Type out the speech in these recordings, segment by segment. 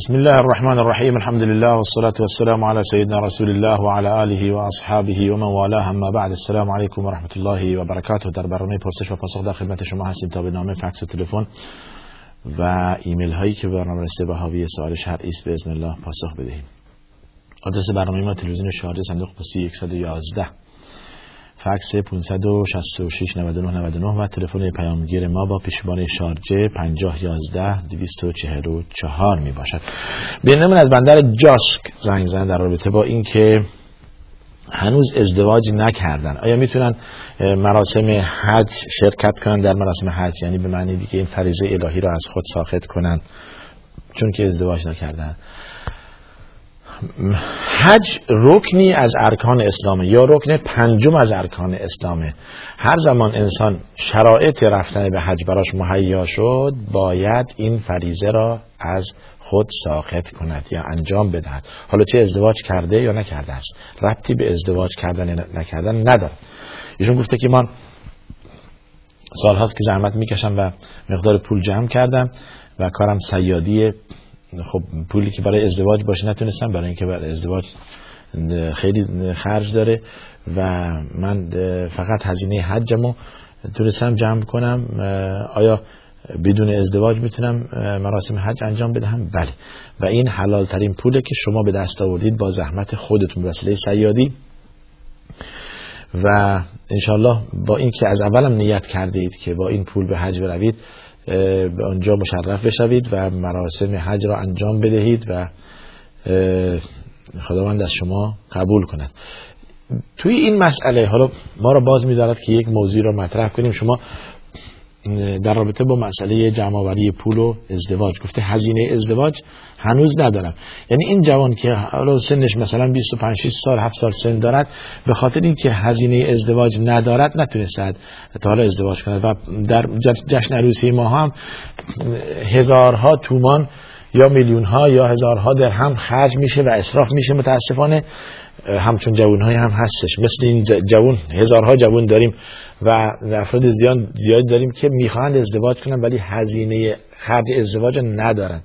بسم الله الرحمن الرحیم، الحمد لله والصلاة والسلام على سيدنا رسول الله وعلى آله واصحابه ومن والاه، اما بعد. السلام علیکم و رحمت الله و برکاته. در برنامه پرسش و پاسخ در خدمت شما هستیم تا به نامه، فکس و تلفن و ایمیل هایی که برنامه رسیده به حاوی سوال شرعی است باذن الله پاسخ بدهیم. آدرس برنامه ما تلویزیون شارجه، صندوق پستی 111، فکس 566 99 99 و تلفن پیامگیر ما با پیشبان شارجه 5011 244 می باشد. بینمون از بندر جاسک زنگ زدن در رابطه با این که هنوز ازدواج نکردن، آیا میتونن مراسم حج شرکت کنن در مراسم حج؟ یعنی به معنی دیگه این فریضه الهی را از خود ساقط کنن چون که ازدواج نکردن. حج رکنی از ارکان اسلامه یا رکن پنجم از ارکان اسلامه. هر زمان انسان شرایط رفتن به حج براش مهیا شد باید این فریضه را از خود ساقط کند یا انجام بدهد، حالا چه ازدواج کرده یا نکرده است، ربطی به ازدواج کردن نکردن نداره. ایشون گفته که من سالهاست که زحمت میکشم و مقدار پول جمع کردم و کارم صیادیه. خب پولی که برای ازدواج باشه نتونستم، برای اینکه برای ازدواج خیلی خرج داره و من فقط هزینه حجمو تونستم جمع کنم. آیا بدون ازدواج میتونم مراسم حج انجام بدهم؟ بله، و این حلال ترین پوله که شما به دست آوردید با زحمت خودتون به وسیله صیادی و انشالله با این که از اولم نیت کرده اید که با این پول به حج بروید، به آنجا مشرف بشوید و مراسم حج را انجام بدهید و خداوند از شما قبول کند. توی این مسئله حالا ما را باز می‌دارد که یک موضوع را مطرح کنیم. شما در رابطه با مسئله جمع‌آوری پول و ازدواج گفته هزینه ازدواج هنوز ندارم، یعنی این جوان که حالا سنش مثلا 25 6 سال 7 سال سن دارد به خاطر اینکه هزینه ازدواج ندارد نتونسته تا حالا ازدواج کند و در جشن عروسی ما هم هزارها تومان یا میلیون‌ها یا هزارها درهم خرج میشه و اسراف میشه. متاسفانه همچون جوان‌های هم هستش، مثل این جوان هزارها جوان داریم و افراد زیاد داریم که میخواهند ازدواج کنن ولی هزینه خرج ازدواج ندارن.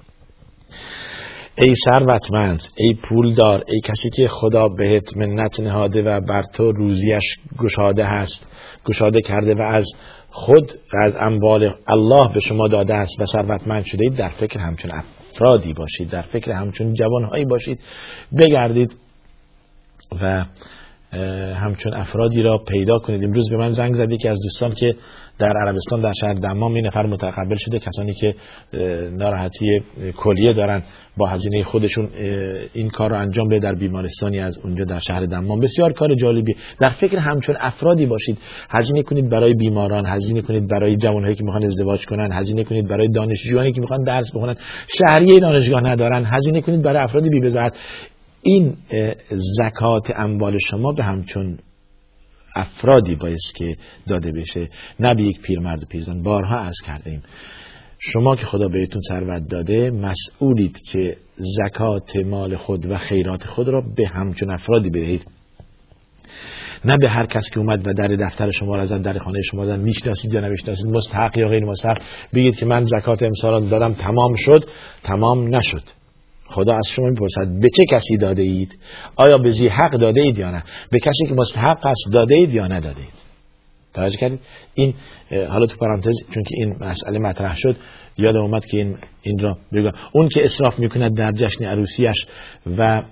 ای ثروتمند، ای پولدار، ای کسی که خدا بهت منت نهاده و بر تو روزیش گشاده کرده و از خود از اموال الله به شما داده است و ثروتمند شده اید، در فکر همچون افرادی باشید، در فکر همچون جوانهایی باشید، بگردید و همچون افرادی را پیدا کنید. امروز به من زنگ زدی که از دوستان که در عربستان در شهر دمام این نفر متقبل شده، کسانی که ناراحتی کلیه دارن با هزینه خودشون این کار رو انجام بده در بیمارستانی از اونجا در شهر دمام. بسیار کار جالبی. در فکر همچون افرادی باشید، هزینه کنید برای بیماران، هزینه کنید برای جوانهایی که میخوان ازدواج کنن، هزینه کنید برای دانشجویانی که میخوان درس بخونن، شهریه دانشگاه ندارن، هزینه کنید برای افرادی بی‌بضاعت. این زکات اموال شما به همچون افرادی باید که داده بشه، نه به یک پیرمرد و پیرزن. بارها عرض کردیم شما که خدا بهتون ثروت داده مسئولید که زکات مال خود و خیرات خود را به همچون افرادی بدهید، نه به هر کس که اومد و در دفتر شما را زد، در خانه شما را زد، میشناسید یا نمیشناسید، مستحق یا غیر مستحق، بگید که من زکات امسال دادم، تمام شد، تمام نشد. خدا از شما میپرسد به چه کسی داده اید؟ آیا به ذی حق داده اید یا نه؟ به کسی که مستحق است داده اید یا نداده اید؟ توجه کردید؟ این حالا تو پرانتز چون که این مسئله مطرح شد یادم اومد که این را بگم. اون که اسراف میکند در جشن عروسیش و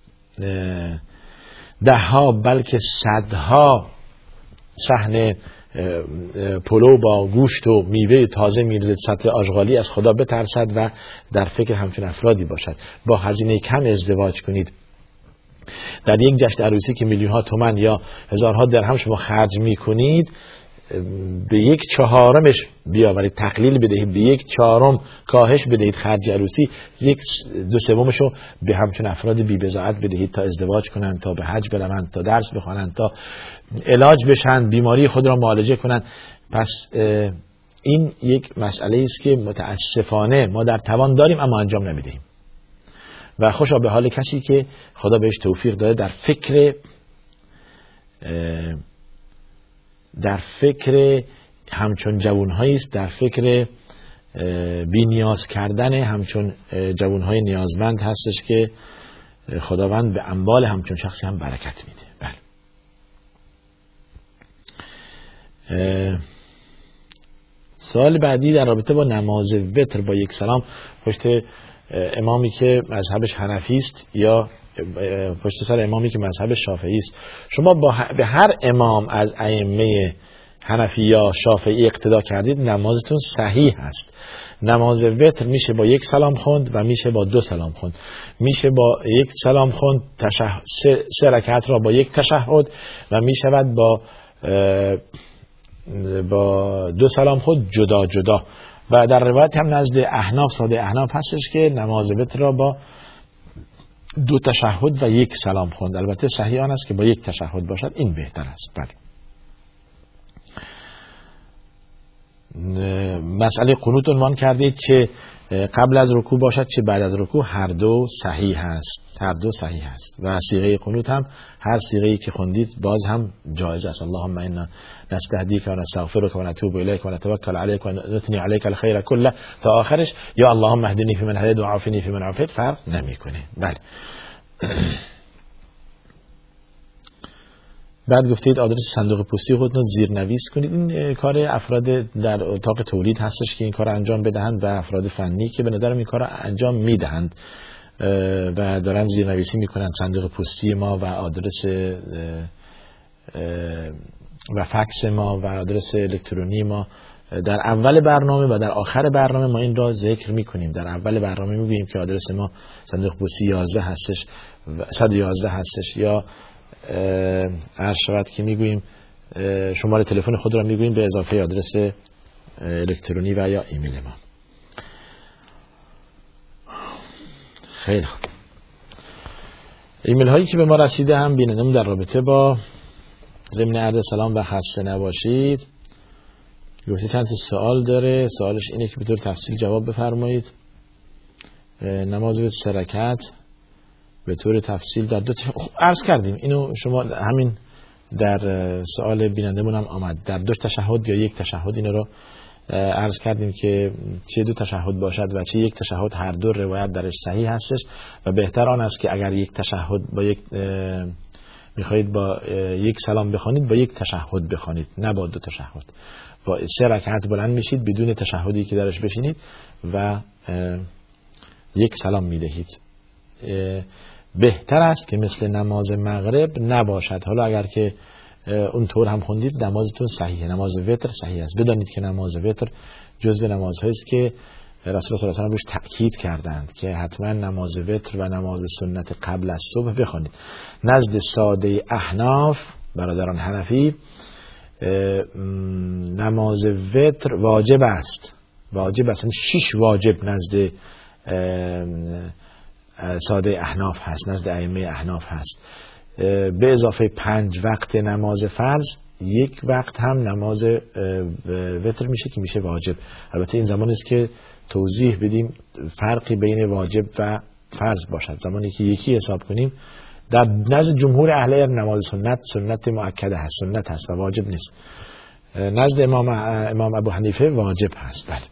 دهها بلکه صدها صحن پلو با گوشت و میوه تازه میرزد سطح آشغالی، از خدا بترسد و در فکر همچون افرادی باشد. با هزینه کم ازدواج کنید. در یک جشن عروسی که میلیون ها تومان یا هزارها درهم شما خرج میکنید، به 1/4 بیاورید، تقلیل بدهید، به 1/4 کاهش بدهید خرج عروسی، 2/3 به همچون افراد بی‌بضاعت بدهید تا ازدواج کنند، تا به حج بروند، تا درس بخوانند، تا علاج بشن، بیماری خود را معالجه کنند. پس این یک مسئله است که متاسفانه ما در توان داریم اما انجام نمیدهیم و خوشا به حال کسی که خدا بهش توفیق داده در فکر همچون جوانهایی است، در فکر بی نیاز کردن همچون جوانهای نیازمند هستش که خداوند به اموال همچون شخصی هم برکت میده. بله. سوال بعدی در رابطه با نماز وتر با یک سلام پشت امامی که مذهبش حنفی است یا پشت سر امامی که مذهب شافعی است، شما به هر امام از ائمه حنفی یا شافعی اقتدا کردید، نمازتون صحیح هست. نماز وتر میشه با یک سلام خوند و میشه با دو سلام خوند. میشه با یک سلام خوند سه رکعت را با یک تشهد و میشود با دو سلام خود جدا جدا. و در روایت هم نزد احناف، ساده احناف هستش که نماز وتر را با دو تشهد و یک سلام خوند. البته صحیح آن است که با یک تشهد باشد، این بهتر است. بله. مسئله قنوت عنوان کردید که قبل از رکوع باشد چه بعد از رکوع، هر دو صحیح هست. هر دو صحیح هست و صیغه قنوت هم هر صیغه‌ای که خوندید باز هم جایز است. اللهم انا نستهدیک و نستغفرک و نتوب الیک و نتوکل علیک و نثنی علیک الخیر کله تا آخرش، یا اللهم اهدنی فیمن هدیت و عافنی فیمن عافیت فرق نمیکنه. بله. بعد گفتید آدرس صندوق پستی خودتون زیرنویس کنید. این کار افراد در اتاق تولید هستش که این کار انجام بدهند و افراد فنی که به نظرم این کار انجام میدهند و دارن زیرنویسی میکنند. صندوق پستی ما و آدرس و فکس ما و آدرس الکترونی ما در اول برنامه و در آخر برنامه ما این را ذکر میکنیم. در اول برنامه میگوییم که آدرس ما صندوق پستی 11 هستش، 111 هستش، یا عرض شود که میگوییم شماره تلفن خود را میگوییم به اضافه آدرس الکترونی و یا ایمیل ما. خیلی خوب. ایمیل هایی که به ما رسیده هم بینندمون در رابطه با ضمن عرض سلام و خسته نباشید گفته چند سوال داره. سوالش اینه که به طور تفصیل جواب بفرمایید. نماز به 3 رکعت به طور تفصیل در عرض کردیم. اینو شما همین در سوال بینندمون هم آمد، در 2 تشهد یا 1 تشهد اینو رو عرض کردیم که چه 2 تشهد باشد و چه 1 تشهد، هر دو روایت درش صحیح هستش و بهتر آن است که اگر 1 تشهد با میخواهید با 1 سلام بخوانید با 1 تشهد بخوانید، نه با 2 تشهد. با 3 رکعت بلند میشید بدون تشهدی که درش بشینید و 1 سلام میدهید. بهتر است که مثل نماز مغرب نباشد. حالا اگر که اونطور هم خوندید نمازتون صحیحه. نماز وتر صحیح است. بدانید که نماز وتر جزو نمازهایی است که رسول الله صلی الله علیه و آله روش تأکید کردند که حتما نماز وتر و نماز سنت قبل از صبح بخوانید. نزد ساده احناف، برادران حنفی، نماز وتر واجب است. واجب است. 6 واجب نزد ساده احناف هست، نزد ائمه احناف هست. به اضافه 5 وقت نماز فرض، 1 وقت هم نماز وتر میشه که میشه واجب. البته این زمان است که توضیح بدیم فرقی بین واجب و فرض باشد. زمانی که یکی حساب کنیم در نزد جمهور اهل علم نماز سنت مؤکده هست، سنت هست و واجب نیست. نزد امام ابو حنیفه واجب هست. بله.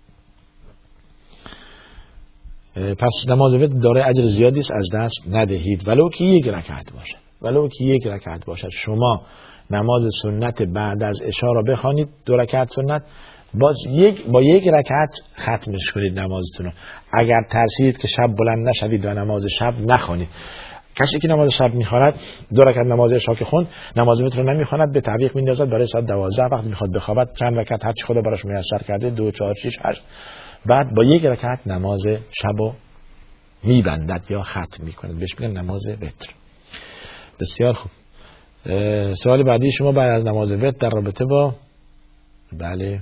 پس نماز وتر داره اجر زیادی است، از دست ندهید ولو که 1 رکعت باشد. ولو که 1 رکعت باشد. شما نماز سنت بعد از عشا را بخوانید، 2 رکعت سنت، با 1 رکعت ختمش کنید نمازتون رو. اگر ترسید که شب بلند نشوید و نماز شب نخوانید. کسی که نماز شب میخواند 2 رکعت نماز عشا که خوند، نماز وتر رو نمیخواند، به تعویق میندازد برای ساعت 12 وقت میخواد بخوابد، چند رکعت هر چی خدا براش میسر کرده، 2 4 6 8، بعد با 1 رکعت نماز شبو میبندد یا ختم میکند. بهش میگن نماز وتر. بسیار خوب. سوال بعدی شما بعد از نماز وتر در رابطه با بله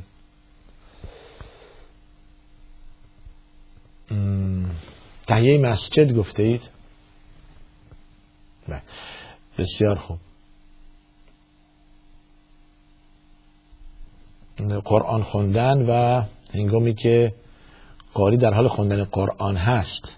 تهیه مسجد گفته اید. بله. بسیار خوب. قرآن خوندن و هنگامی که قاری در حال خوندن قرآن هست،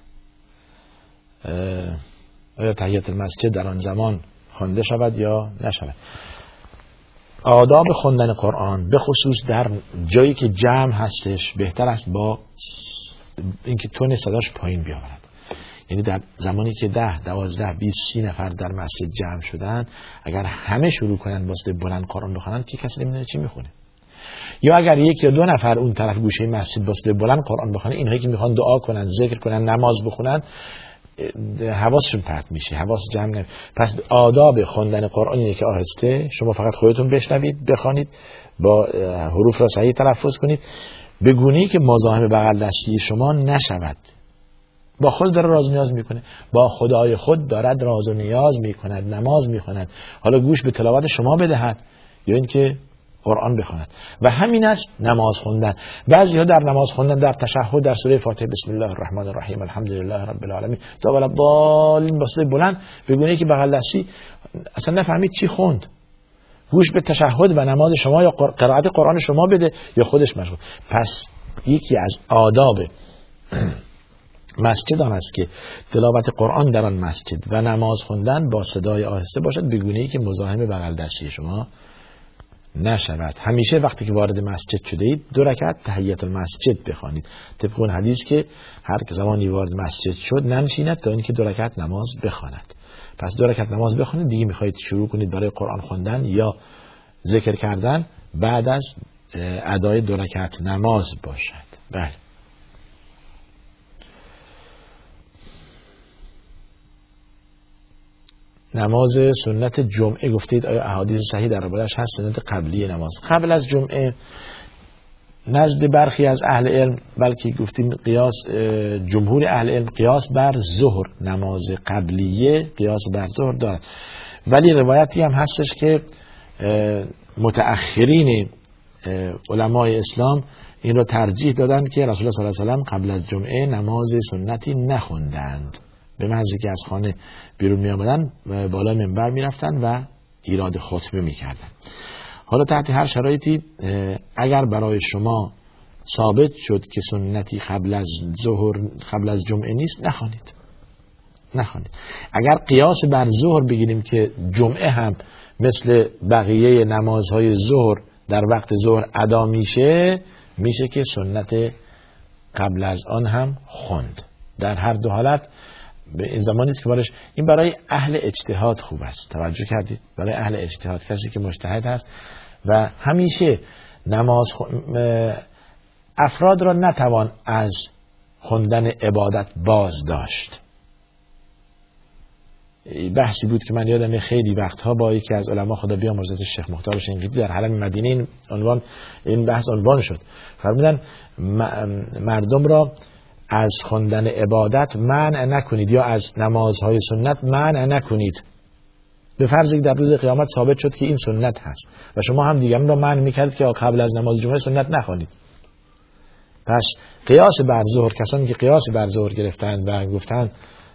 آیا تحیت المسجد در آن زمان خوانده شود یا نشود؟ آداب خوندن قرآن به خصوص در جایی که جمع هستش بهتر است با اینکه تون صداش پایین بیاورد. یعنی در زمانی که 10 12 20 30 نفر در مسجد جمع شدن، اگر همه شروع کنن با صدای بلند قرآن بخونن که کسی نمیدونه چی میخونه. یا اگر یک یا دو نفر اون طرف گوشه مسجد با صدای بلند قرآن بخونن، اینهایی که میخوان دعا کنن، ذکر کنن، نماز بخونن، حواسشون پرت میشه، حواس جمع نمیشه. پس آداب خوندن قرآن اینه که آهسته شما فقط خودتون بشنوید، بخوانید، با حروف را صحیح تلفظ کنید، به گونه‌ای که مزاحم بغل دستی شما نشود. با خود داره راز و نیاز میکنه، با خدای خود دارد راز و نیاز میکند، نماز میخواند. حالا گوش به تلاوت شما بدهد یا اینکه قرآن بخواند. و همین است نماز خوندن. بعضی‌ها در نماز خوندن در تشهد در سوره فاتحه بسم الله الرحمن الرحیم الحمدلله رب العالمین تا بالا بالین با صدای بلند به گونه‌ای که بغل دستی اصلا نفهمید چی خوند. گوش به تشهد و نماز شما یا قرائت قرآن شما بده یا خودش مشغول. پس یکی از آداب مسجد آن است که تلاوت قرآن در آن مسجد و نماز خوندن با صدای آهسته باشد به گونه‌ای که مزاحم بغل دستی شما نشود. همیشه وقتی که وارد مسجد شده اید 2 رکعت تحیت المسجد بخوانید، طبق اون حدیث که هر که زمانی وارد مسجد شد ننشیند تا اینکه 2 رکعت نماز بخواند. پس 2 رکعت نماز بخوانید، دیگه میخواهید شروع کنید برای قرآن خواندن یا ذکر کردن بعد از ادای 2 رکعت نماز باشد. بله. نماز سنت جمعه گفتید آیا احادیث صحیح در رابطش هست؟ سنت قبلی نماز قبل از جمعه نزد برخی از اهل علم، بلکه گفتیم قیاس جمهور اهل علم قیاس بر ظهر، نماز قبلیه قیاس بر ظهر دارد. ولی روایتی هم هستش که متأخرین علمای اسلام این رو ترجیح دادند که رسول الله صلی الله علیه و آله قبل از جمعه نماز سنتی نخوندند. به محض که از خانه بیرون می آمدن بالا منبر می رفتن و ایراد خطبه می کردن. حالا تحت هر شرایطی اگر برای شما ثابت شد که سنتی قبل از جمعه نیست نخوانید. اگر قیاس بر ظهر بگیریم که جمعه هم مثل بقیه نمازهای ظهر در وقت ظهر ادا میشه که سنت قبل از آن هم خوند. در هر دو حالت به این زمانی است که این برای اهل اجتهاد خوب است. توجه کردید؟ برای اهل اجتهاد، کسی که مجتهد هست و همیشه نماز افراد را نتوان از خوندن عبادت باز داشت. بحثی بود که من یادم خیلی وقتها با یکی از علما خدا بیامرزد شیخ مختار شنقیطی در حرم مدینه این بحث عنوان شد. فرمودن مردم را از خواندن عبادت منع نکنید یا از نمازهای سنت منع نکنید، به فرضی که در روز قیامت ثابت شد که این سنت هست و شما هم دیگران را منع میکردید که قبل از نماز جمعه سنت نخوانید. پس قیاس بر ظهر، کسانی که قیاس بر ظهر گرفتند و گفتند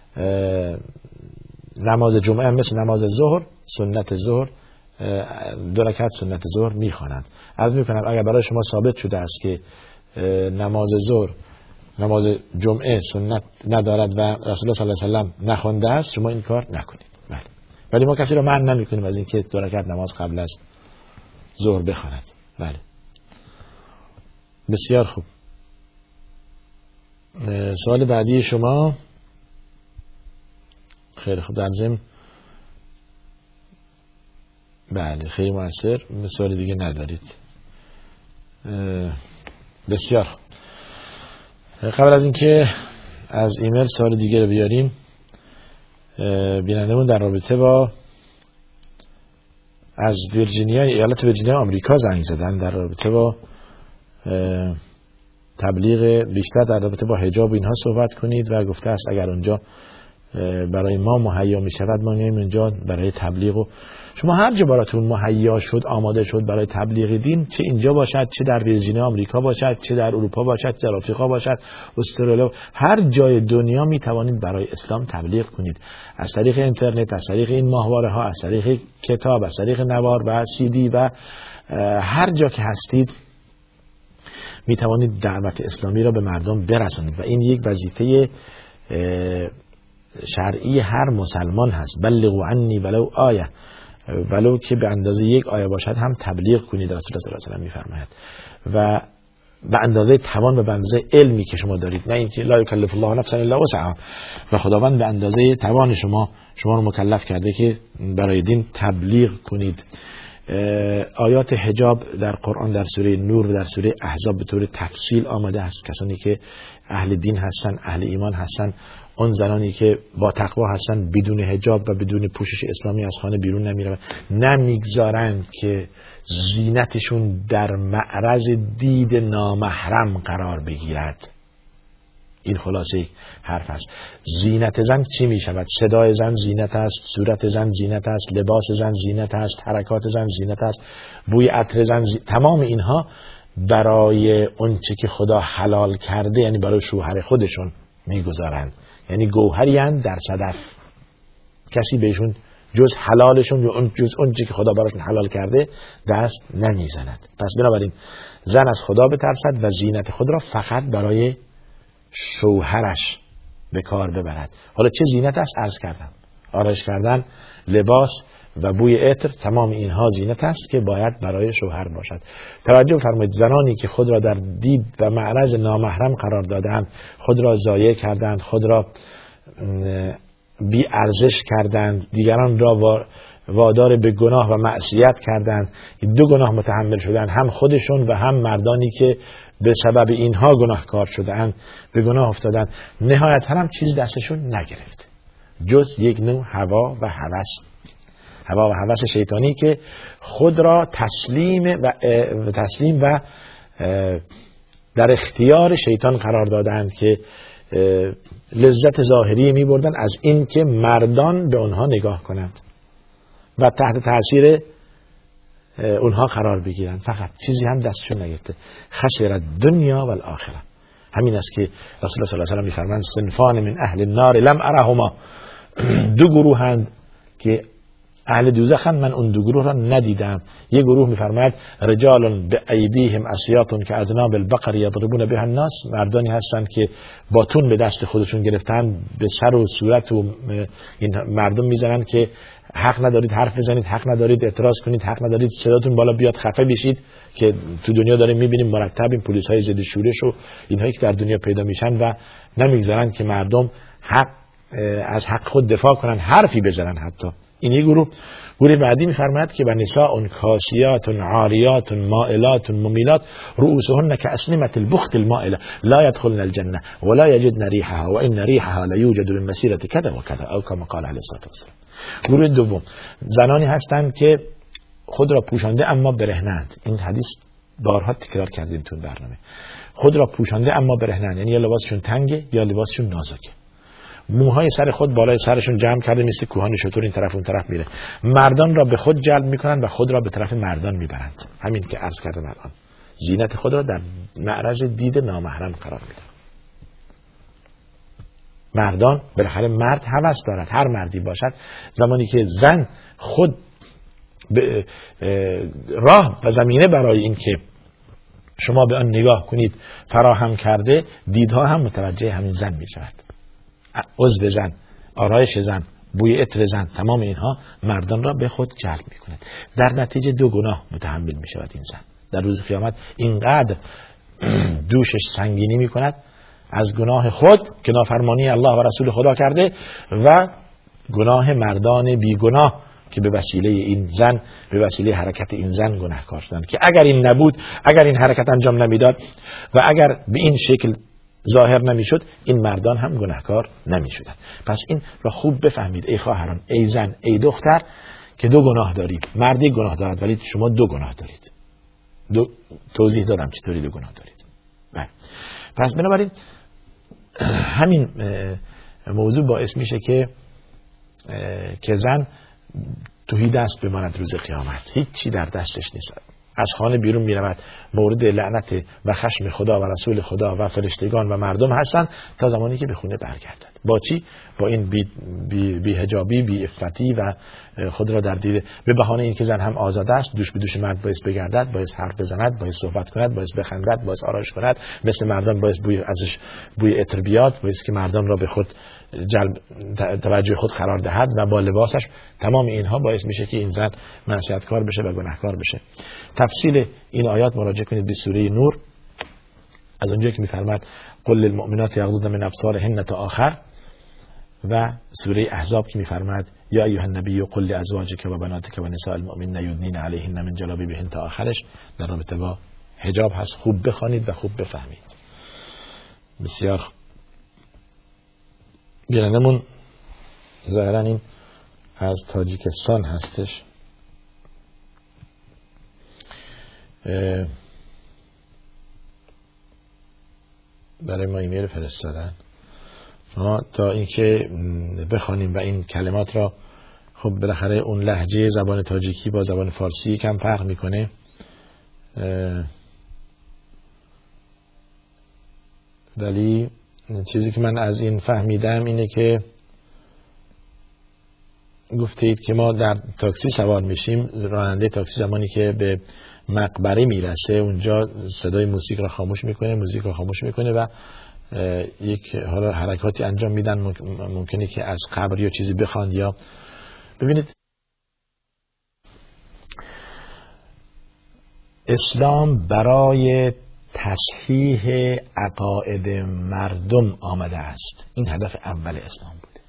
نماز جمعه هم مثل نماز ظهر، سنت ظهر 2 رکعت سنت ظهر میخوانند. عرض میکنم اگر برای شما ثابت شده است که نماز ظهر نماز جمعه سنت ندارد و رسول الله صلی الله علیه و سلم نخوانده است، شما این کار نکنید. بله. ولی ما کسی رو منع نمی‌کنیم از اینکه 2 رکعت نماز قبل از ظهر بخواند. بله. بسیار خوب. سوال بعدی شما. خیلی خوب. در ضمن بله خیلی موثر. سوال دیگه ندارید. بسیار خوب. قبل از اینکه از ایمیل سوال دیگه رو بیاریم، بینندمون در رابطه با از ایالت ویرجینیا آمریکا زنگ زدن در رابطه با تبلیغ، بیشتر در رابطه با حجاب اینها صحبت کنید و گفته است اگر اونجا برای ما مهیا می شود ما میایم اونجا برای تبلیغ. و شما هر جا براتون مهیا شد، آماده شد برای تبلیغ دین، چه اینجا باشد، چه در ویرجینیا آمریکا باشد، چه در اروپا باشد، چه در آفریقا باشد، استرالیا، هر جای دنیا می توانید برای اسلام تبلیغ کنید. از طریق اینترنت، از طریق این ماهواره ها، از طریق کتاب، از طریق نوار و CD و هر جا که هستید می توانید دعوت اسلامی را به مردم برسانید و این یک وظیفه شرعی هر مسلمان هست. بلغوا عنی ولو آیه، ولو که به اندازه یک آیه باشد هم تبلیغ کنید، رسول الله صلی الله علیه و آله میفرماید، و به اندازه توان و به اندازه علمی که شما دارید، نه اینکه لا یکلف الله نفسا الا وسعها، و خداوند به اندازه توان شما رو مکلف کرده که برای دین تبلیغ کنید. آیات حجاب در قرآن در سوره نور و در سوره احزاب به طور تفصیل آمده است. کسانی که اهل دین هستن، اهل ایمان هستن، اون زنانی که با تقوا هستن بدون حجاب و بدون پوشش اسلامی از خانه بیرون نمیرن، نمیگذارن که زینتشون در معرض دید نامحرم قرار بگیرد. این خلاصه حرف است. زینت زن چی می شود؟ صدای زن زینت است، صورت زن زینت است، لباس زن زینت است، حرکات زن زینت است، بوی عطر زن تمام اینها برای اونچه که خدا حلال کرده، یعنی برای شوهر خودشون میگذارند، یعنی گوهری اند در صدف، کسی بهشون جز حلالشون یا جز اونچه که خدا براشون حلال کرده دست نمیزند. پس بنابراین زن از خدا بترسد و زینت خود را فقط برای شوهرش به کار ببرد. حالا چه زینت است؟ عرض کردم آرایش کردن، لباس و بوی عطر، تمام اینها زینت است که باید برای شوهر باشد. توجه فرمایید، زنانی که خود را در دید و معرض نامحرم قرار دادند، خود را ضایع کردند، خود را بی ارزش کردند، دیگران را وادار به گناه و معصیت کردند، دو گناه متحمل شدند، هم خودشون و هم مردانی که به سبب اینها گناهکار شدند، به گناه افتادند، نهایتاً هم چیز دستشون نگرفت جز یک نوع هوا و هوس شیطانی که خود را تسلیم و در اختیار شیطان قرار دادند که لذت ظاهری می بردن از این که مردان به اونها نگاه کنند و تحت تاثیر اونها قرار بگیرن، فقط چیزی هم دستشون نگرفته. خسر دنیا و الاخره. همین است که رسول الله صلی الله علیه و آله می‌فرمایند صنفان من اهل النار لم ارهما، دو گروهند که اهل دوزخند، من اون دو گروه را ندیدم. یک گروه می‌فرماید رجال بأیدیهم اسیاط کاذناب البقر یضربون بها الناس، مردانی هستند که باتون به دست خودشون گرفتن، به سر و صورت و این مردم میزنند که حق ندارید حرف بزنید، حق ندارید اعتراض کنید، حق ندارید صداتون بالا بیاد، خفه بشید، که تو دنیا داریم میبینیم مرتب این پلیس‌های ضد شورش و اینهایی که در دنیا پیدا میشن و نمیگذارن که مردم از حق خود دفاع کنن، حرفی بزنن حتی. این یک گروه بعدی میفرماید که نساء کاسیات عاریات مائلات ممیلات رؤوسهن کاسنمة البخت المائله لا يدخلن الجنه ولا يجدن ريحها وان ريحها لا يوجد من مسيره كذا وكذا او كما قال عليه الصلاه والسلام. گروه دوم زنانی هستند که خود را پوشانده اما برهنند. این حدیث بارها تکرار کردیم تو برنامه. خود را پوشانده اما برهنند، یعنی یا لباسشون تنگه یا لباسشون نازکه، موهای سر خود بالای سرشون جمع کرده مثل کوهان شتر این طرف اون طرف میره، مردان را به خود جلب میکنن و خود را به طرف مردان میبرند. همین که عرض کردم الان، زینت خود را در معرض دید نامحرم قرار میدن. مردان بالاخره مرد هوس دارد، هر مردی باشد، زمانی که زن خود راه و زمینه برای این که شما به آن نگاه کنید فراهم کرده، دیدها هم متوجه همین زن میشود. عضو زن، آرایش زن، بوی عطر زن، تمام اینها مردان را به خود جلب میکند. در نتیجه دو گناه متحمل میشود این زن. در روز قیامت اینقدر دوشش سنگینی میکند از گناه خود که نافرمانی الله و رسول خدا کرده و گناه مردان بیگناه که به وسیله این زن، به وسیله حرکت این زن گناهکار شدند، که اگر این نبود، اگر این حرکت انجام نمیداد و اگر به این شکل ظاهر نمیشد، این مردان هم گناهکار نمیشدند. پس این را خوب بفهمید ای خواهران، ای زن، ای دختر، که دو گناه دارید. مردی گناه دارد ولی شما دو گناه دارید. توضیح دادم چطوری دو گناه دارید. بله. پس بنابراین همین موضوع باعث میشه که زن توحید دست بماند روز قیامت، هیچی در دستش نیست، از خانه بیرون میرود، مورد لعنت و خشم خدا و رسول خدا و فرشتگان و مردم هستند تا زمانی که به خونه برگردد. با چی؟ با این بی حجابی، بی عفتی و خود را در دید به بهانه اینکه زن هم آزاده است، دوش به دوش مرد باعث بگردد، باعث حرف بزند، باعث صحبت کند، باعث بخندد، باعث آرایش کند، مثل مردان باعث ازش بوی عطر بیاد، باعث که مردان را به خود توجه خود قرار دهد و با لباسش. تمام اینها باعث میشه که این زن معصیتکار بشه و گناهکار بشه. تفصیل این آیات مراجعه کنید به سوره نور، از اونجایی که میفرماد قل للمؤمنات یغضضن من ابصارهن تا آخر، و سوره احزاب که میفرماد یا ایها النبی قل لازواجک و بناتک و نساء المؤمنین یدنین علیهن من جلابیبهن تا آخرش در رابطه با حجاب هست. خوب بخوانید و خوب بفهمید. بسیار گرانمون ظاهرا این از تاجیکستان هستش. برای ما ایمیل فرستادن. ما تا اینکه بخوانیم و این کلمات را، خب بالاخره اون لهجه زبان تاجیکی با زبان فارسی کم فرق میکنه. ولی چیزی که من از این فهمیدم اینه که گفتید که ما در تاکسی سوار میشیم، راننده تاکسی زمانی که به مقبره میرسه اونجا صدای موسیقی را خاموش میکنه، موزیک را خاموش میکنه و یک حالا حرکاتی انجام میدن، ممکنه که از قبر یا چیزی بخوان. یا ببینید اسلام برای تصحیح عقاید مردم آمده است. این هدف اول اسلام بوده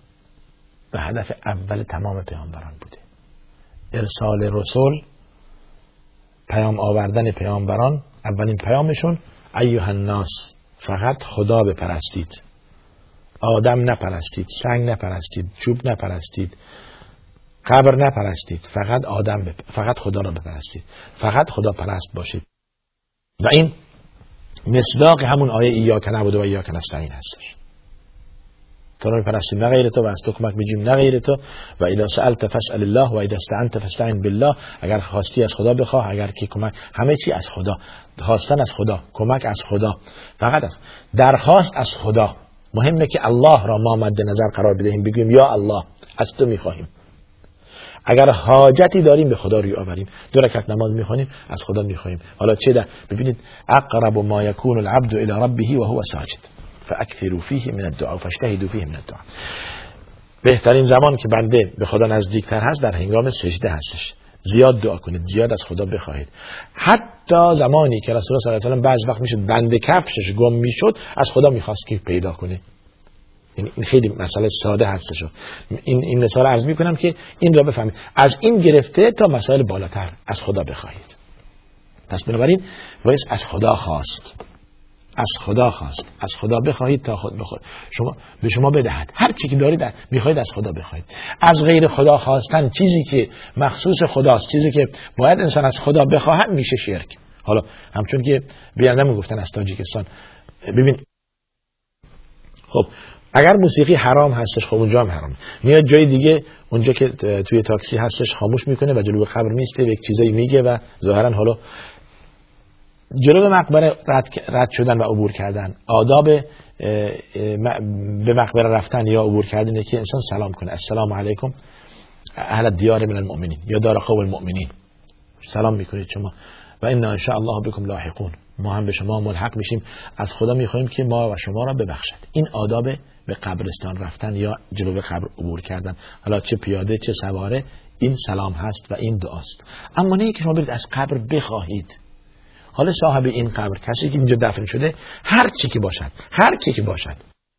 و هدف اول تمام پیامبران بوده. ارسال رسول، پیام آوردن پیامبران، اولین پیامشون ایها الناس فقط خدا بپرستید، آدم نپرستید، سنگ نپرستید، چوب نپرستید، قبر نپرستید، فقط خدا را بپرستید، فقط خدا پرست باشید. و این مصداق همون آیه ایاک نعبد و ایاک نستعین هستش. تو را بپرستیم نه غیر تو و از تو کمک بگیریم نه غیر تو. و اذا سألت فاسأل الله و اذا استعنت فاستعن بالله. اگر خواستی از خدا بخواه، اگر که کمک، همه چی از خدا، خواستن از خدا، کمک از خدا، فقط از درخواست از خدا. مهمه که الله را ما مد نظر قرار بدهیم، بگیم یا الله از تو میخواهیم. اگر حاجتی داریم به خدا روی آوریم، 2 رکعت نماز میخوانیم از خدا میخواهیم. حالا چه ده؟ ببینید اقرب ما یکون العبد الی ربه و هو ساجد فاکثروا فیه من الدعاء فاجتهدوا فیه من الدعاء. بهترین زمان که بنده به خدا نزدیکتر هست در هنگام سجده هستش. زیاد دعا کنید، زیاد از خدا بخواهید. حتی زمانی که رسول الله صلی الله علیه و آله بعض وقت میشد بنده کفشش گم میشد، از خدا میخواست که پیدا کنه. این خیلی مسئله ساده هستش. این مثال عرض میکنم که این را بفهمید. از این گرفته تا مسائل بالاتر از خدا بخواهید. پس بنابراین باید از خدا خواست، از خدا بخواهید تا خود بخواهید به شما بدهد. هر چی که دارید میخواهید از خدا بخواهید. از غیر خدا خواستن، چیزی که مخصوص خداست، چیزی که باید انسان از خدا بخواهد، میشه شرک. حالا همچون که بیاندم گفتن از تاجیکستان، ببین خب اگر موسیقی حرام هستش، خب اونجا هم حرام. میاد جای دیگه، اونجا که توی تاکسی هستش خاموش میکنه و جلوی قبر میسته و یک چیزایی میگه و ظاهرا حالا جلوی مقبره رد شدن و عبور کردن، آداب به مقبره رفتن یا عبور کردن اینه که انسان سلام کنه، السلام علیکم اهل الدیار من المؤمنین یا دار قوم المؤمنین، سلام میکنید شما و انا ان شاء الله بكم لاحقون، ما هم به شما ملحق میشیم. از خدا میخوایم که ما و شما را ببخشد. این آداب به قبرستان رفتن یا جلوی قبر عبور کردن، حالا چه پیاده چه سواره، این سلام هست و این دعاست. اما نه که شما برید از قبر بخواهید. حالا صاحب این قبر، کسی که اینجا دفن شده، هر چی که باشد،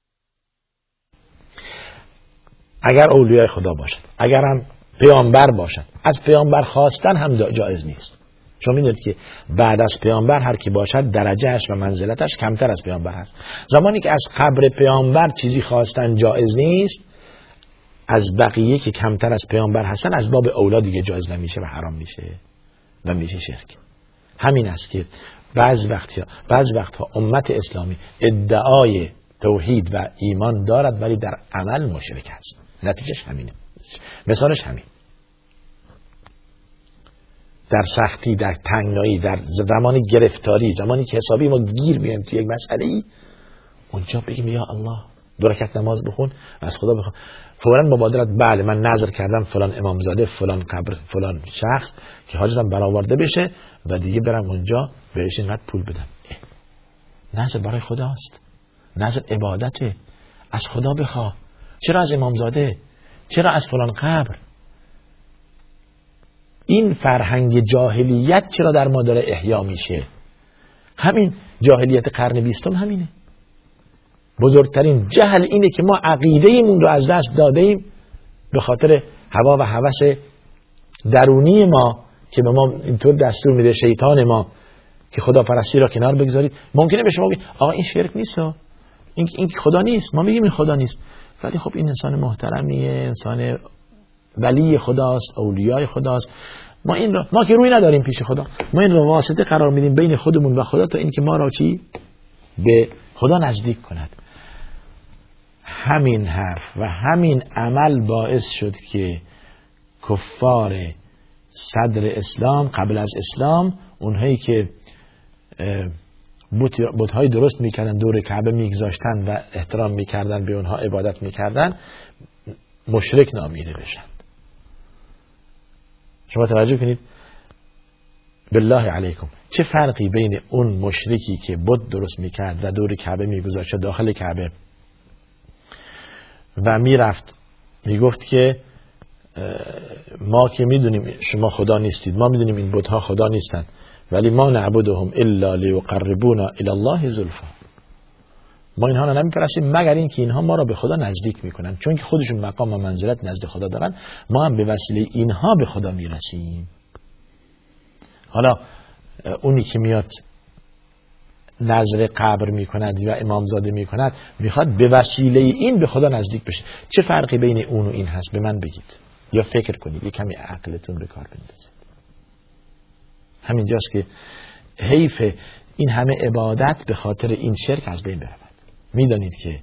اگر اولیای خدا باشد، اگر هم پیامبر باشد، از پیامبر خواستن هم جایز نیست. شما می‌دونید که بعد از پیامبر هر کی باشد درجهش و منزلتش کمتر از پیامبر هست. زمانی که از قبر پیامبر چیزی خواستن جایز نیست، از بقیه که کمتر از پیامبر هستن از باب اولا دیگه جایز نمیشه و حرام میشه و میشه شرک. همین است که بعض وقتها امت اسلامی ادعای توحید و ایمان دارد ولی در عمل مشرک است. نتیجهش همینه. مثالش همین. در سختی، در تنگنایی، در زمان گرفتاری، زمانی که حسابی ما گیر میایم توی یک مسئله ای، اونجا بگیم یا الله 2 رکعت نماز بخون، از خدا بخوان. فوراً مبادرت، بله من نظر کردم فلان امامزاده، فلان قبر، فلان شخص که حاجتم برآورده بشه و دیگه برم اونجا بهش اینقدر پول بدم. نظر برای خداست، نظر عبادته، از خدا بخواه. چرا از امامزاده؟ چرا از فلان قبر؟ این فرهنگ جاهلیت چرا در ما داره احیا میشه؟ همین جاهلیت قرن 20 همینه. بزرگترین جهل اینه که ما عقیده ایمون رو از دست داده ایم به خاطر هوا و هوس درونی ما که به ما اینطور دستور میده شیطان ما که خدا پرستی را کنار بگذارید. ممکنه به شما بگید آقا این شرک نیست، این خدا نیست. ما میگیم این خدا نیست، ولی خب این انسان محترمیه، انسان ولی خداست، اولیای خداست. ما که روی نداریم پیش خدا، ما این رو واسطه قرار میدیم بین خودمون و خدا تا این که ما را چی به خدا نزدیک کند. همین حرف و همین عمل باعث شد که کفار صدر اسلام، قبل از اسلام، اونهایی که بت‌های درست میکردن دور کعبه میگذاشتن و احترام میکردن به اونها، عبادت میکردن، مشرک نامیده بشن. شما توجه کنید، بالله علیکم چه فرقی بین اون مشرکی که بت درست میکرد و دور کعبه میگذاشت داخل کعبه و میرفت میگفت که ما که میدونیم شما خدا نیستید، ما میدونیم این بت‌ها خدا نیستن، ولی ما نعبدهم الا لیقربونا الی الله زلفا، ما اینها را نمیپرستیم مگر این که اینها ما را به خدا نزدیک میکنن، چون که خودشون مقام و منزلت نزد خدا دارن، ما هم به وسیله اینها به خدا میرسیم. حالا اونی که میاد نظر قبر میکند و امامزاده میکند میخواد به وسیله این به خدا نزدیک بشه. چه فرقی بین اون و این هست؟ به من بگید، یا فکر کنید، یک کمی عقلتون به کار بندازید. همینجاست که حیف این همه عبادت به خاطر این شرک از بین برود. میدانید که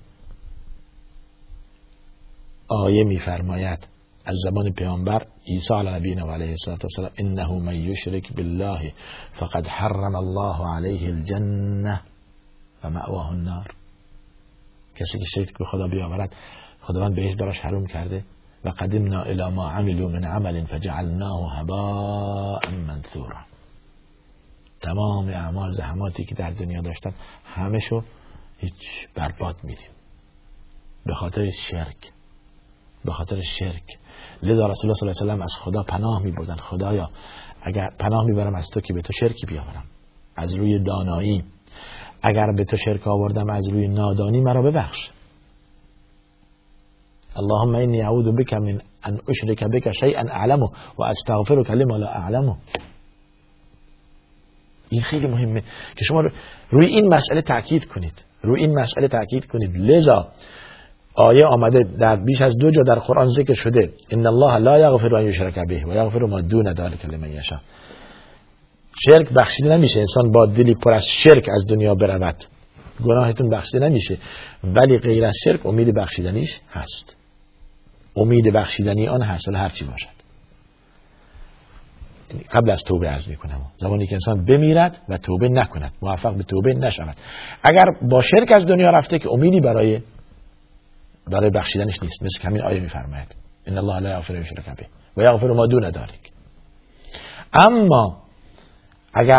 آیه میفرماید از زبان پیامبر عیسی علی نبینا و علیه السلام انه من یشرک بالله فقد حرم الله علیه الجنه و مأواه النار. کسی که شرک به خدا بیاورد خداوند بهش براش حرام کرده. و قدمنا الی ما عملوا من عمل فجعلناه هباء منثورا. تمام اعمال زحماتی که در دنیا داشتن همشو هیچ برباد میدیم به خاطر شرک، به خاطر شرک. لذا رسول الله صلی الله علیه و آله از خدا پناه میبردن. خدایا اگر پناه میبرم از تو که به تو شرکی بیاورم از روی دانایی، اگر به تو شرک آوردم از روی نادانی مرا ببخش. اللهم انی اعوذ بک من ان اشرک بک شیئا اعلمه و استغفرک لما لا اعلمه. این خیلی مهمه که شما روی این مسئله تاکید کنید، روی این مسئله تاکید کنید. لذا آیه آمده در بیش از 2 جا در قرآن ذکر شده ان الله لا یغفر ان یشرک به و یغفر ما دون ذلک لمن یشاء. شرک بخشیده نمیشه. انسان با دلی پر از شرک از دنیا برود، گناهتون بخشیده نمیشه، ولی غیر از شرک امید بخشیدنیش هست. امید بخشیدنی آن حاصل هر چی باشد. قبل از توبه عرض میکنم، زمانی که انسان بمیرد و توبه نکند، موفق به توبه نشود، اگر با شرک از دنیا رفته که امیدی برای بخشیدنش نیست. مثل همین آیه میفرماید ان الله لا یغفر ان یشرک به و یغفر ما دون ذلک. اما اگر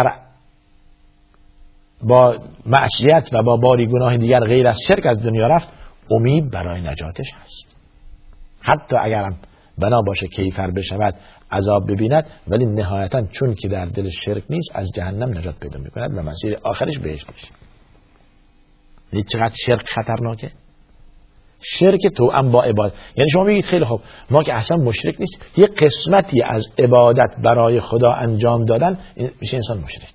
با معصیت و با باری گناه دیگر غیر از شرک از دنیا رفت، امید برای نجاتش هست. حتی اگرم بنا باشه کیفر بشود، عذاب ببیند، ولی نهایتا چون که در دل شرک نیست از جهنم نجات پیدا میکند و مسیر آخرش بهشت میشه. دید چقدر شرک خطرناکه؟ شرک توأم با عبادت. یعنی شما میگید خیلی خوب، ما که اصلا مشرک نیست، یه قسمتی از عبادت برای خدا انجام دادن میشه انسان مشرک.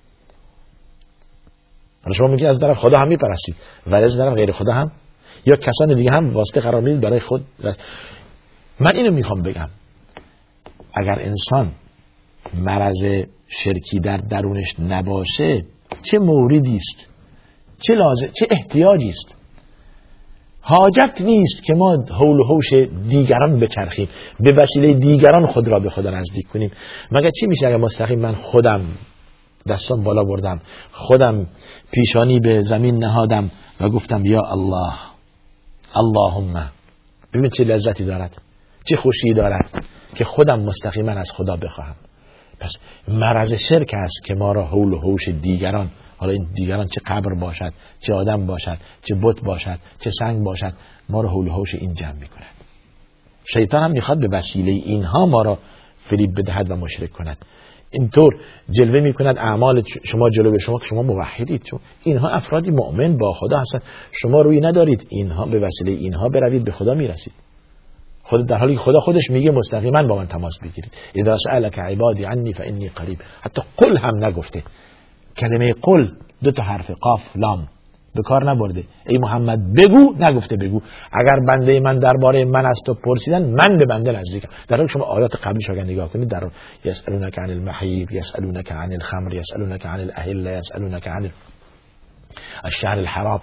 حالا شما میگید از طرف خدا هم میپرستید ولی از طرف غیر خدا هم یا کسان دیگه هم واسطه قرار میدید برای خود. من اینو میخوام بگم، اگر انسان مرض شرکی در درونش نباشه، چه موردی است، چه لازم، چه احتیاجی است، حاجت نیست که ما حول و حوش دیگران بچرخیم، به وسیله دیگران خود را به خدا نزدیک کنیم. مگر چی میشه اگر مستقیم من خودم دستم بالا بردم، خودم پیشانی به زمین نهادم و گفتم یا الله اللهم. ببین چه لذتی دارد، چه خوشی دارد که خودم مستقیما از خدا بخواهم. پس مرض شرک است که ما را حول و حوش دیگران، حالا این دیگران چه قبر باشد، چه آدم باشد، چه بت باشد، چه سنگ باشد، ما را حول و حوش این جمع می‌کند. شیطان هم میخواد به وسیله اینها ما را فریب بدهد و مشرک کند. اینطور جلوه میکند اعمال شما جلوه شما که شما موحدید، چون اینها افرادی مؤمن با خدا هستند، شما روی ندارید اینها به وسیله اینها بروید به خدا میرسید. خود در حالی که خدا خودش میگه مستقیما با من تماس بگیرید. اذا سألك عبادی عنی فانی قریب. حتی قل هم نگفته. کلمه قل 2 حرف قاف لام به کار نبرده. ای محمد بگو، نگفته بگو. اگر بنده من درباره من از تو پرسیدن، من به بنده نزدیکم. در حالی شما آیات قبلش اگر نگاه کنید، در یسألونک عن المحیض، یسألونک عن الخمر، یسألونک عن الاهله، یسألونک عن الشهر الحرام،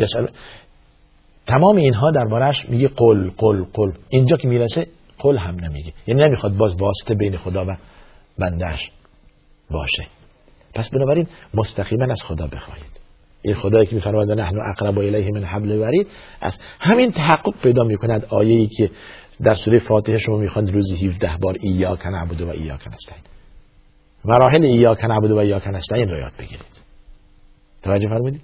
تمام اینها دربارش میگه قل قل قل. اینجا که میرسه قل هم نمیگه، یعنی نمیخواد باز واسطه بین خدا و بندهش باشه. پس بنابراین مستقیما از خدا بخواهید. این خدایی که میفرماید نحن اقرب الیه من حبل الورید، از همین تحقق پیدا میکند آیه‌ای که در سوره فاتحه شما میخواند روزی 17 بار ایاک نعبد و ایاک نستعین. مراحل ایاک نعبد و ایاک نستعین رو یاد بگیرید. توجه فرمودید؟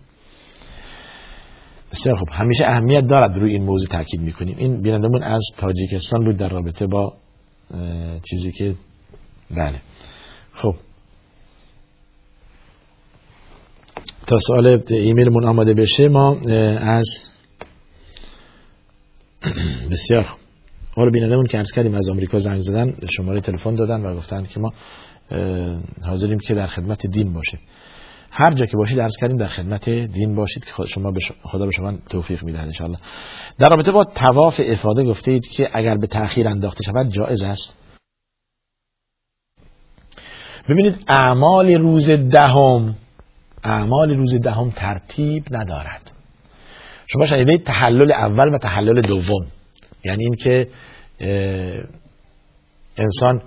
بسیار خوب. همیشه اهمیت دارد روی این موضوع تاکید میکنیم. این بینندمون از تاجیکستان بود در رابطه با چیزی که بله. خب تا سوال ایمیلمون آماده بشه ما از بسیار حالا بینندمون که عرض کردیم از آمریکا زنگ زدن، شماره تلفن دادن و گفتند که ما حاضریم که در خدمت دین باشه. هر جا که باشید عرض کردیم در خدمت دین باشید که خدا به شما توفیق میده ان شاء الله. در رابطه با طواف افاضه گفته اید که اگر به تأخیر انداخته شود جایز است. ببینید اعمال روز دهم ترتیب ندارد. شما شنیدید تحلل اول و تحلل دوم، یعنی این که انسان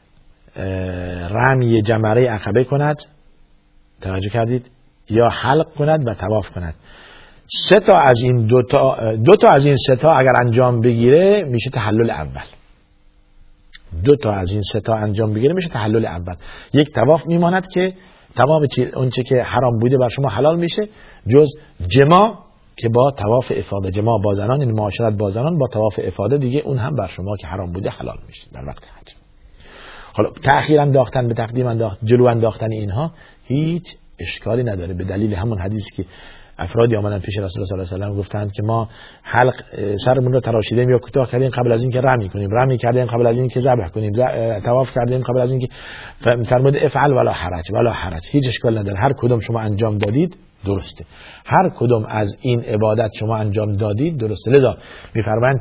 رمی جمره عقبه کند، توجه کردید، یا حلق کند و طواف کند. 3 تا از این دو تا از این 3 تا اگر انجام بگیره میشه تحلل اول. 2 تا از این 3 تا انجام بگیره میشه تحلل اول. یک طواف میماند که تمام اون چه که حرام بوده بر شما حلال میشه، جز جما که با طواف افاضه، جما با زنان، این معاشرت با زنان با طواف افاضه دیگه اون هم بر شما که حرام بوده حلال میشه در وقت حج. حالا تأخیر انداختن، به تقدیم انداختن، جلو انداختن اینها هیچ اشکالی نداره، به دلیل همون حدیثی که افرادی آمدن پیش رسول الله صلی الله علیه و آله گفتند که ما حلق سرمون رو تراشیدیم یا کوتاه کردیم قبل از اینکه رمی کنیم، رمی کردیم قبل از اینکه ذبح کنیم، طواف کردیم قبل از اینکه، فرمود افعل ولا حرج، هیچ اشکال نداره. هر کدوم شما انجام دادید درسته، هر کدوم از این عبادت شما انجام دادید درسته. لذا میفرمایند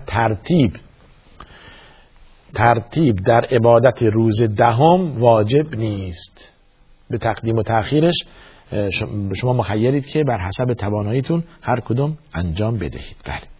ترتیب در عبادت روز دهم واجب نیست. به تقدیم و تأخیرش شما مخیرید که بر حسب تواناییتون هر کدوم انجام بدهید.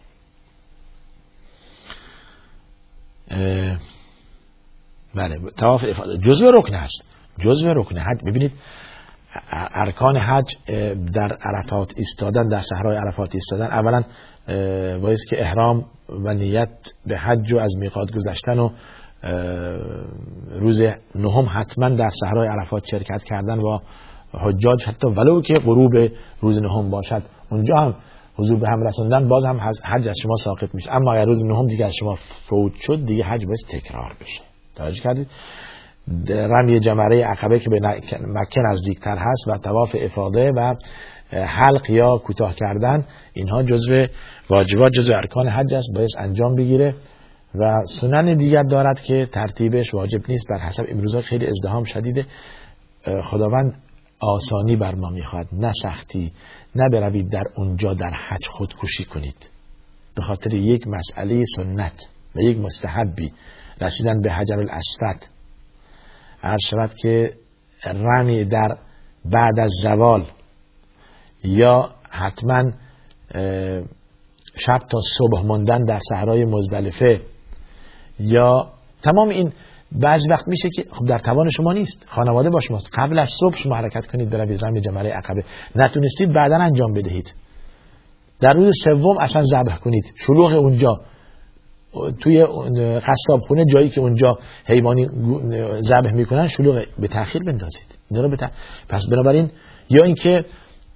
بله طواف افاضه جزء رکن است، جزء رکن حج. ببینید ارکان حج در عرفات ایستادن، در صحرای عرفات ایستادن، اولا باید که احرام و نیت به حج و از میقات گذشتن و روز 9 حتما در صحرای عرفات شرکت کردن و حجاج حتی ولو که غروب روز 9 باشد اونجا هم حضور به هم رسوندن، باز هم حج از شما ساقط میشه. اما اگر روز 9 دیگه از شما فوت شد دیگه حج باید تکرار بشه. توجه کردید؟ رمی جمره عقبه که به مکه نزدیکتر هست و طواف افاضه و حلق یا کوتاه کردن، اینها جزو واجبات، جزو ارکان حج است، باید انجام بگیره. و سنن دیگر دارد که ترتیبش واجب نیست، بر حسب امروزها خیلی ازدحام شدیده. خداوند آسانی بر ما میخواد، نه سختی. نه بروید در اونجا در حج خودکشی کنید به خاطر یک مسئله سنت و یک مستحبی، رسیدن به حجر الاسود. عرض شود که رمی در بعد از زوال یا حتما شب تا صبح ماندن در صحرای مزدلفه، یا تمام این بعضی وقت میشه که خب در توان شما نیست، خانواده با شماست، قبل از صبح شما حرکت کنید بروید رمی جمره عقبه، نتونستید بعداً انجام بدهید. در روز سوم اصلا ذبح کنید، شلوغ اونجا توی قصاب خونه جایی که اونجا حیوانی ذبح میکنن شلوغ، به تأخیر بندازید. پس بنابراین یا اینکه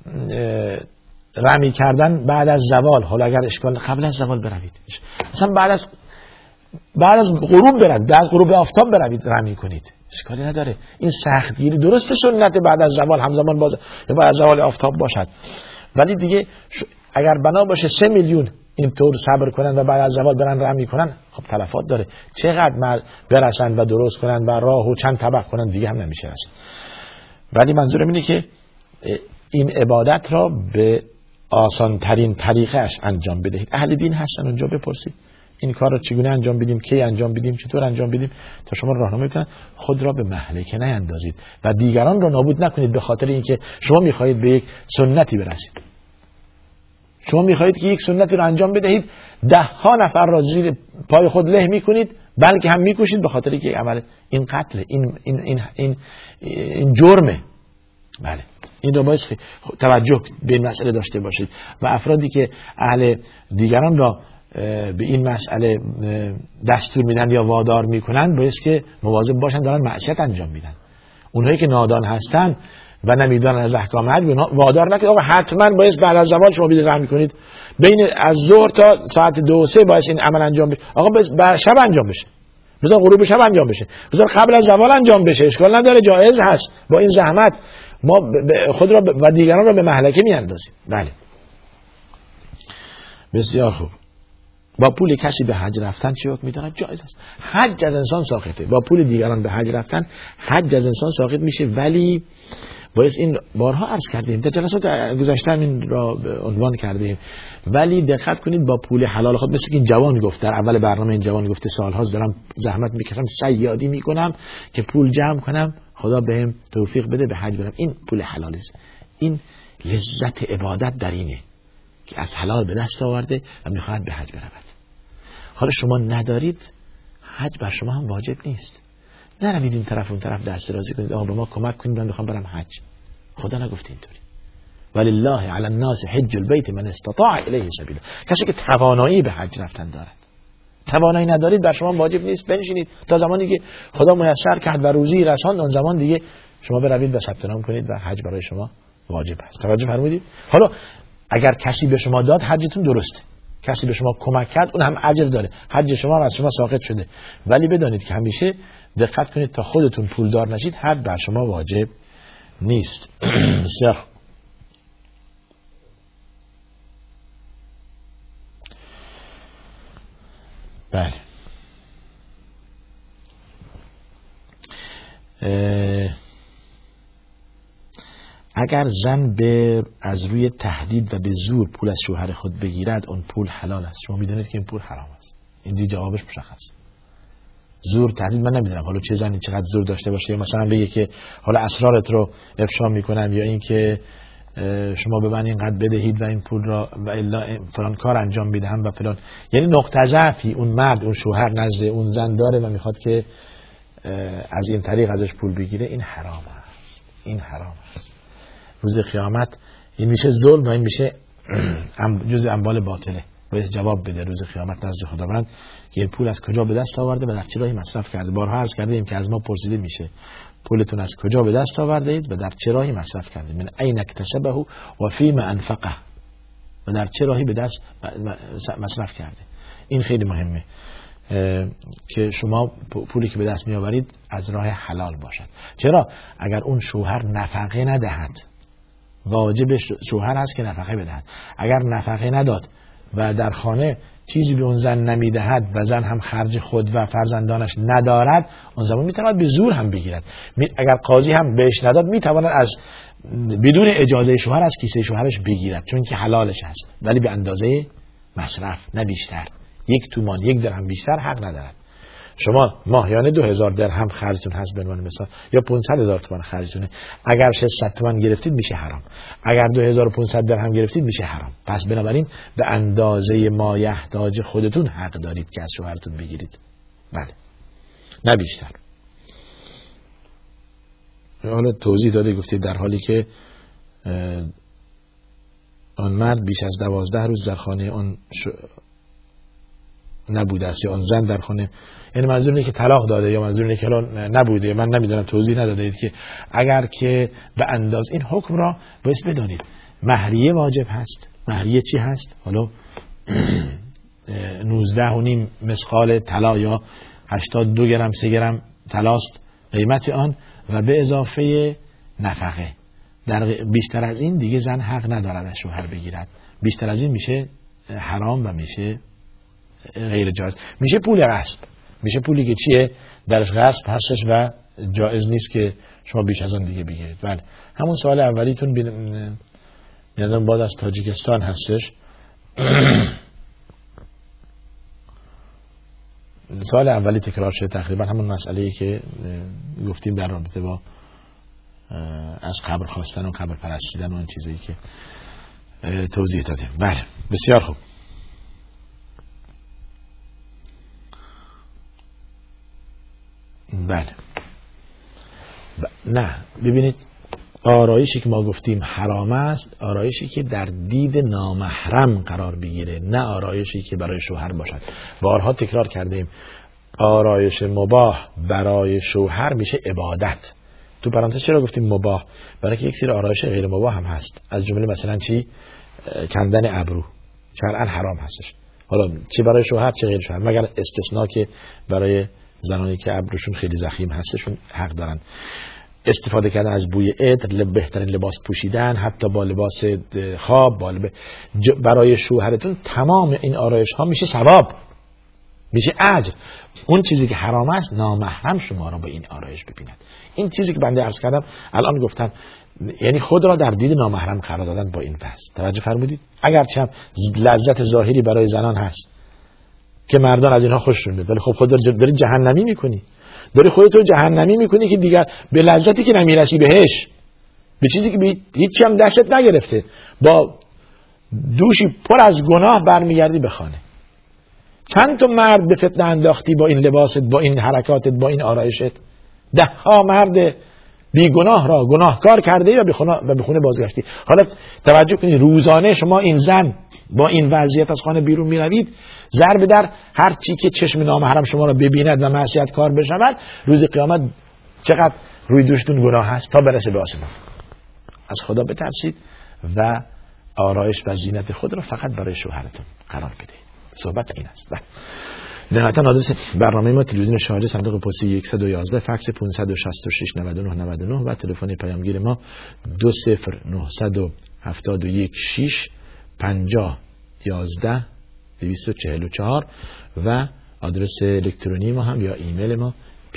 رمی کردن بعد از زوال، حالا اگر اشکال قبل از زوال بروید، مثلا بعد از غروب برید، بعد از غروب آفتاب بروید رمی کنید، اشکالی نداره. این سختگیری درسته سنت بعد از زوال همزمان باز یا بعد از زوال آفتاب باشد، ولی دیگه اگر بنا باشه 3 میلیون اینطور صبر کنن و بعد از زوال برن رمی کنن، خب تلفات داره. چقدر برسن و درست کنن و راه و چند طبق کنن دیگه هم نمیشه رسید. ولی منظورم اینه که این عبادت را به آسان ترین طریقش انجام بدهید. اهل دین هستن اونجا، بپرسید این کار را چگونه انجام بدیم، کی انجام بدیم، چطور انجام بدیم، تا شما راهنمایی کنن. خود را به مهلکه نیندازید و دیگران را نابود نکنید به خاطر اینکه شما میخواهید به یک سنتی برسید. شما میخواهید که یک سنتی را انجام بدهید، 10 نفر را زیر پای خود له میکنید، بلکه هم میکشید به خاطر اینکه عمل این قتل، این جرمه. بله، این رو باید توجه به این مسئله داشته باشید و افرادی که اهل دیگران را به این مسئله دستور میدن یا وادار میکنن باید که مواظب باشن دارن معصیت انجام میدن. اونهایی که نادان هستن و نمیدونن از احکام حج وادار نکنید آقا حتما باید بعد از زوال شما بیدید رحم میکنید، بین از ظهر تا ساعت 2-3 باید این عمل انجام بشه. آقا بعد شب انجام بشه، بذار غروب شب انجام بشه، بذار قبل از زوال انجام بشه، اشکال نداره، جایز هست. با این زحمت ما خود را و دیگران را به مهلکه میاندازیم. بله، بسیار خوب. با پول کسی به حج رفتن چه حکم می‌دارد؟ جایز است. حج از انسان ساقطه. با پول دیگران به حج رفتن حج از انسان ساقط میشه، ولی باید این بارها عرض کردیم، در جلسات گذشته این را عنوان کردیم، ولی دقت کنید با پول حلال خود، مثل که این جوان گفت در اول برنامه، این جوان گفته سال‌هاست دارم زحمت میکشم، صیادی میکنم که پول جمع کنم خدا بهم توفیق بده به حج برم. این پول حلال است. این لذت عبادت در اینه که از حلال به دست آورده و میخواهد به حج برود. حالا شما ندارید، حج بر شما هم واجب نیست. نروید این طرف اون طرف دست درازی کنید آقا به ما کمک کنید من میخوام برم حج. خدا نگفته اینطوری. ولله علی الناس حج البیت من استطاع الیه سبیلا. کسی که توانایی به حج رفتن دارد. توانایی ندارید بر شما واجب نیست، بنشینید تا زمانی که خدا میسر کرد و روزی رساند، اون زمان دیگه شما بروید و ثبت نام کنید و حج برای شما واجب است. توجه فرمودید؟ حالا اگر کسی به شما داد حجتون درسته، کسی به شما کمک کرد اون هم اجر داره، حج شما هم از شما ساقط شده، ولی بدانید که همیشه دقت کنید تا خودتون پولدار نشید حج بر شما واجب نیست. بسیار بله. اگر زن از روی تهدید و به زور پول از شوهر خود بگیرد اون پول حلال است. شما میدونید که این پول حرام است. این دیگه جوابش مشخص. زور تهدید من نمیدونم حالا چه زنی چقدر زور داشته باشه، یا مثلا بگه که حالا اسرارت رو افشا میکنم، یا این که شما به من اینقدر بدهید و این پول را و الا فلان کار انجام میدهم و فلان. یعنی نقطه ضعفی اون مرد اون شوهر نزد اون زن داره و میخواد که از این طریق ازش پول بگیره، این حرام است. این حرام است. روز قیامت این میشه ظلم و این میشه جزء اموال باطله. باید جواب بده روز قیامت نزد خداوند که این پول از کجا به دست آورده و در چه راهی مصرف کرده. بارها عرض کردیم که از ما پرسیده میشه پولتون از کجا به دست آورده اید و در چه راهی مصرف کرده، من اين اکتسبه و فيما انفقه، و در چه راهی به دست مصرف کرده. این خیلی مهمه که شما پولی که به دست می آورید از راه حلال باشد. چرا؟ اگر اون شوهر نفقه ندهد، واجب شوهر هست که نفقه بدهد. اگر نفقه نداد و در خانه چیزی به اون زن نمیدهد و زن هم خرج خود و فرزندانش ندارد، اون زمان میتواند به زور هم بگیرد. اگر قاضی هم بهش نداد میتواند از بدون اجازه شوهر از کیسه شوهرش بگیرد، چون که حلالش هست، ولی به اندازه مصرف، نه بیشتر. 1 تومان 1 درهم بیشتر حق ندارد. شما ماهیانه 2000 درهم خرجتون هست به عنوان مثال، یا 500,000 تومان خرجتونه، اگر 600 تومان گرفتید میشه حرام، اگر 2500 درهم گرفتید میشه حرام. پس بنابراین به اندازه ما یحتاج خودتون حق دارید که از شوهرتون بگیرید، بله، نه بیشتر. حالا توضیح داده گفتید در حالی که آن مرد بیش از 12 روز در خانه آن نبوده است یا آن زن در خانه، یعنی منظور اینه که طلاق داده یا منظور اینه که نبوده، من نمیدونم، توضیح نداده که اگر که به انداز این حکم را باید بدانید. مهریه واجب هست. مهریه چی هست؟ حالا 19.5 مثقال طلا یا 82 گرم 3 گرم طلاست قیمت آن و به اضافه نفقه. در بیشتر از این دیگه زن حق ندارد از شوهر بگیرد. بیشتر از این میشه حرام و میشه غیر جایز، میشه پول غصب، میشه پولی که چیه درش غصب هستش و جایز نیست که شما بیش از آن دیگه بگیرید. بله همون سوال اولیتون میادم بعد از تاجیکستان هستش. سوال اولی تکرار شده، تقریبا همون مسئله‌ای که گفتیم در رابطه با از قبر خواستن و قبر پرستیدن و اون چیزایی که توضیح دادیم. بله بسیار خوب. بله نه ببینید، آرایشی که ما گفتیم حرام است آرایشی که در دید نامحرم قرار بگیره، نه آرایشی که برای شوهر باشد. بارها تکرار کردیم آرایش مباح برای شوهر میشه عبادت. تو پرانتز چرا گفتیم مباح؟ برای که یک سری آرایش غیر مباح هم هست، از جمله مثلا چی؟ کندن ابرو شرعاً حرام هستش، حالا چه برای شوهر چه غیر شوهر، مگر استثناء که برای زنانی که ابروشون خیلی ضخیم هستشون حق دارن. استفاده کردن از بوی عطر، بهترین لباس پوشیدن، حتی با لباس خواب برای شوهرتون، تمام این آرایش ها میشه ثواب، میشه اجر. اون چیزی که حرام است نامحرم شما را با این آرایش ببیند. این چیزی که بنده عرض کردم الان گفتم، یعنی خود را در دید نامحرم قرار دادن با این وصف. توجه فرمودید؟ اگرچه هم لذت ظاهری برای زنان هست که مردان از اینها خوششون میاد، ولی خب خود داری جهنمی میکنی، داری خودت رو جهنمی میکنی که دیگر به لذتی که نمیرسی بهش، به چیزی که هیچی هم دستت نگرفته، با دوشی پر از گناه برمیگردی به خانه. چند تا مرد به فتنه انداختی با این لباست، با این حرکاتت، با این آرایشت. 10 مرد بی گناه را گناهکار کرده و به خونه بازگشتی. حالا توجه کنید، روزانه شما این زن با این وضعیت از خانه بیرون میروید، ضرب در هر چی که چشم نامحرم شما را ببیند و معصیت کار بشود، روز قیامت چقدر روی دوشتون گناه هست تا برسه به آسمان. از خدا بترسید و آرایش و زینت خود را فقط برای شوهرتون قرار بدهید. صحبت این است. نهایتا آدرس برنامه ما تلویزیون شارجه، صندوق پستی 111، فکس 566 99 99 و تلفن پیامگیر ما 20971 6 50 11 244 و آدرس الکترونی ما هم یا ایمیل ما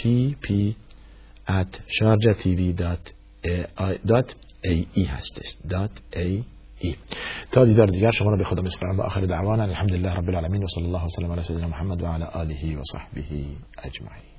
pp@sharjatv.ae هستش .ae. تا دیدار دیگر شما را به خدا میسپارم و آخر دعوانا الحمدلله رب العالمین و صلی الله و سلم علی سیدنا محمد و علی آله و صحبه اجمعین.